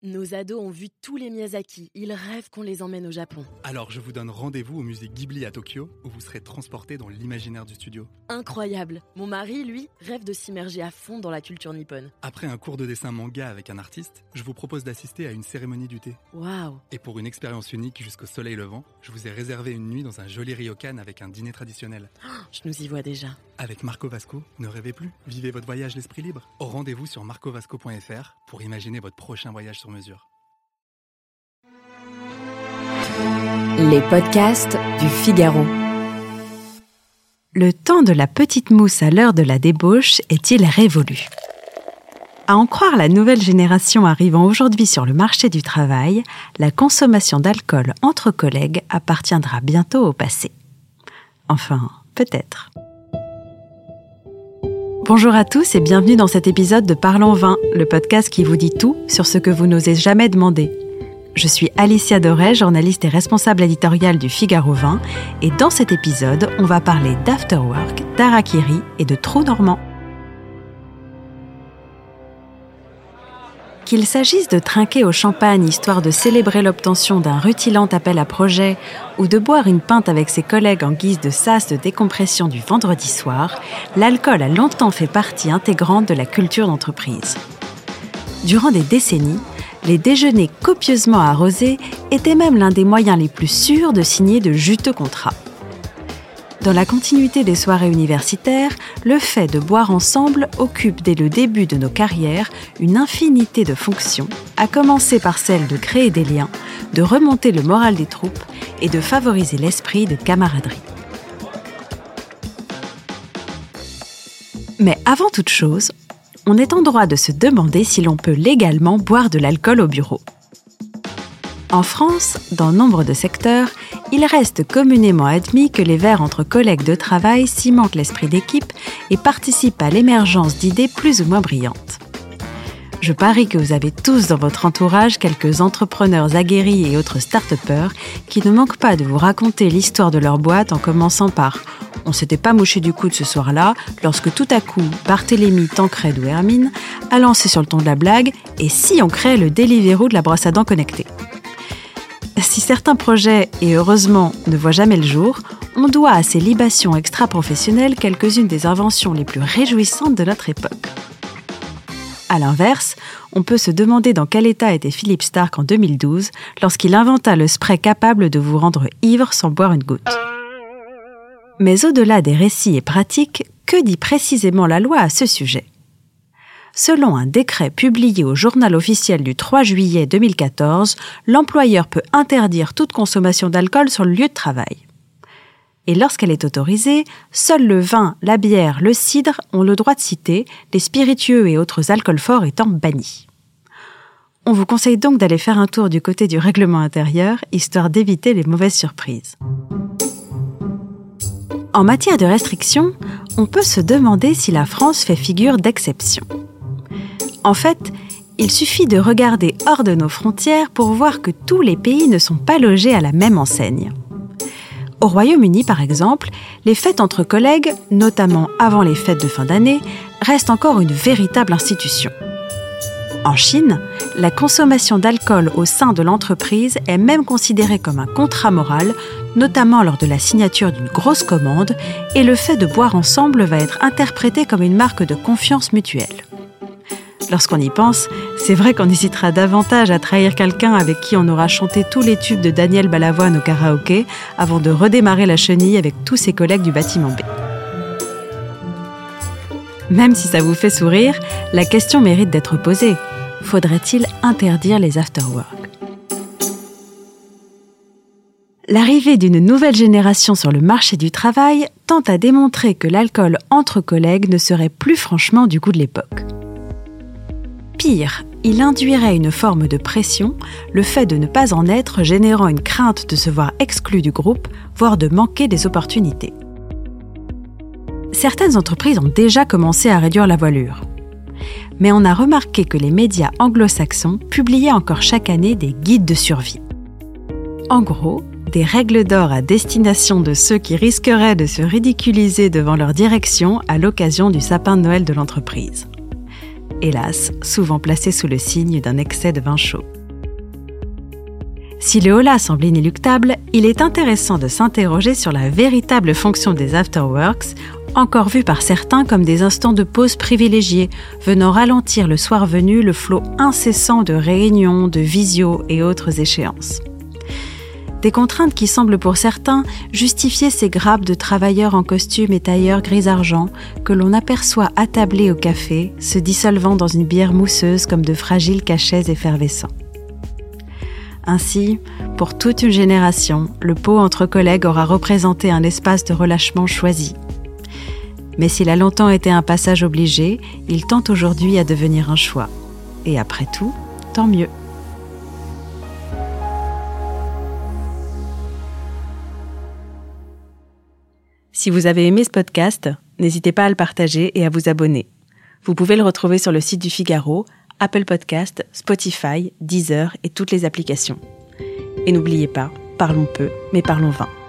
Nos ados ont vu tous les Miyazaki. Ils rêvent qu'on les emmène au Japon. Alors je vous donne rendez-vous au musée Ghibli à Tokyo, où vous serez transportés dans l'imaginaire du studio. Incroyable. Mon mari, lui, rêve de s'immerger à fond dans la culture nippone. Après un cours de dessin manga avec un artiste, je vous propose d'assister à une cérémonie du thé. Waouh. Et pour une expérience unique jusqu'au soleil levant, je vous ai réservé une nuit dans un joli ryokan avec un dîner traditionnel. Je nous y vois déjà. Avec Marco Vasco, ne rêvez plus, vivez votre voyage l'esprit libre. Au rendez-vous sur marcovasco.fr pour imaginer votre prochain voyage sur mesure. Les podcasts du Figaro. Le temps de la petite mousse à l'heure de la débauche est-il révolu ? À en croire la nouvelle génération arrivant aujourd'hui sur le marché du travail, la consommation d'alcool entre collègues appartiendra bientôt au passé. Enfin, peut-être. Bonjour à tous et bienvenue dans cet épisode de Parlons Vin, le podcast qui vous dit tout sur ce que vous n'osez jamais demander. Je suis Alicia Doré, journaliste et responsable éditoriale du Figaro Vin, et dans cet épisode, on va parler d'afterwork, d'harakiri et de trou normand. Qu'il s'agisse de trinquer au champagne histoire de célébrer l'obtention d'un rutilant appel à projet ou de boire une pinte avec ses collègues en guise de sas de décompression du vendredi soir, l'alcool a longtemps fait partie intégrante de la culture d'entreprise. Durant des décennies, les déjeuners copieusement arrosés étaient même l'un des moyens les plus sûrs de signer de juteux contrats. Dans la continuité des soirées universitaires, le fait de boire ensemble occupe dès le début de nos carrières une infinité de fonctions, à commencer par celle de créer des liens, de remonter le moral des troupes et de favoriser l'esprit de camaraderie. Mais avant toute chose, on est en droit de se demander si l'on peut légalement boire de l'alcool au bureau. En France, dans nombre de secteurs, il reste communément admis que les verres entre collègues de travail cimentent l'esprit d'équipe et participent à l'émergence d'idées plus ou moins brillantes. Je parie que vous avez tous dans votre entourage quelques entrepreneurs aguerris et autres start-upers qui ne manquent pas de vous raconter l'histoire de leur boîte en commençant par « On s'était pas mouché du coude ce soir-là » lorsque tout à coup, Barthélemy, Tancred ou Hermine a lancé sur le ton de la blague « Et si on créait le Deliveroo de la brosse à dents connectée ?» Si certains projets, et heureusement, ne voient jamais le jour, on doit à ces libations extra-professionnelles quelques-unes des inventions les plus réjouissantes de notre époque. À l'inverse, on peut se demander dans quel état était Philippe Stark en 2012 lorsqu'il inventa le spray capable de vous rendre ivre sans boire une goutte. Mais au-delà des récits et pratiques, que dit précisément la loi à ce sujet ? Selon un décret publié au Journal officiel du 3 juillet 2014, l'employeur peut interdire toute consommation d'alcool sur le lieu de travail. Et lorsqu'elle est autorisée, seuls le vin, la bière, le cidre ont le droit de citer, les spiritueux et autres alcools forts étant bannis. On vous conseille donc d'aller faire un tour du côté du règlement intérieur, histoire d'éviter les mauvaises surprises. En matière de restrictions, on peut se demander si la France fait figure d'exception. En fait, il suffit de regarder hors de nos frontières pour voir que tous les pays ne sont pas logés à la même enseigne. Au Royaume-Uni, par exemple, les fêtes entre collègues, notamment avant les fêtes de fin d'année, restent encore une véritable institution. En Chine, la consommation d'alcool au sein de l'entreprise est même considérée comme un contrat moral, notamment lors de la signature d'une grosse commande, et le fait de boire ensemble va être interprété comme une marque de confiance mutuelle. Lorsqu'on y pense, c'est vrai qu'on hésitera davantage à trahir quelqu'un avec qui on aura chanté tous les tubes de Daniel Balavoine au karaoké avant de redémarrer la chenille avec tous ses collègues du bâtiment B. Même si ça vous fait sourire, la question mérite d'être posée. Faudrait-il interdire les afterwork ? L'arrivée d'une nouvelle génération sur le marché du travail tend à démontrer que l'alcool entre collègues ne serait plus franchement du goût de l'époque. Pire, il induirait une forme de pression, le fait de ne pas en être générant une crainte de se voir exclu du groupe, voire de manquer des opportunités. Certaines entreprises ont déjà commencé à réduire la voilure. Mais on a remarqué que les médias anglo-saxons publiaient encore chaque année des guides de survie. En gros, des règles d'or à destination de ceux qui risqueraient de se ridiculiser devant leur direction à l'occasion du sapin de Noël de l'entreprise. hélas, souvent placé sous le signe d'un excès de vin chaud. Si le holà semble inéluctable, il est intéressant de s'interroger sur la véritable fonction des afterworks, encore vus par certains comme des instants de pause privilégiés, venant ralentir le soir venu le flot incessant de réunions, de visios et autres échéances. Des contraintes qui semblent pour certains justifier ces grappes de travailleurs en costume et tailleurs gris-argent que l'on aperçoit attablés au café, se dissolvant dans une bière mousseuse comme de fragiles cachets effervescents. Ainsi, pour toute une génération, le pot entre collègues aura représenté un espace de relâchement choisi. Mais s'il a longtemps été un passage obligé, il tend aujourd'hui à devenir un choix. Et après tout, tant mieux. Si vous avez aimé ce podcast, n'hésitez pas à le partager et à vous abonner. Vous pouvez le retrouver sur le site du Figaro, Apple Podcast, Spotify, Deezer et toutes les applications. Et n'oubliez pas, parlons peu, mais parlons vin.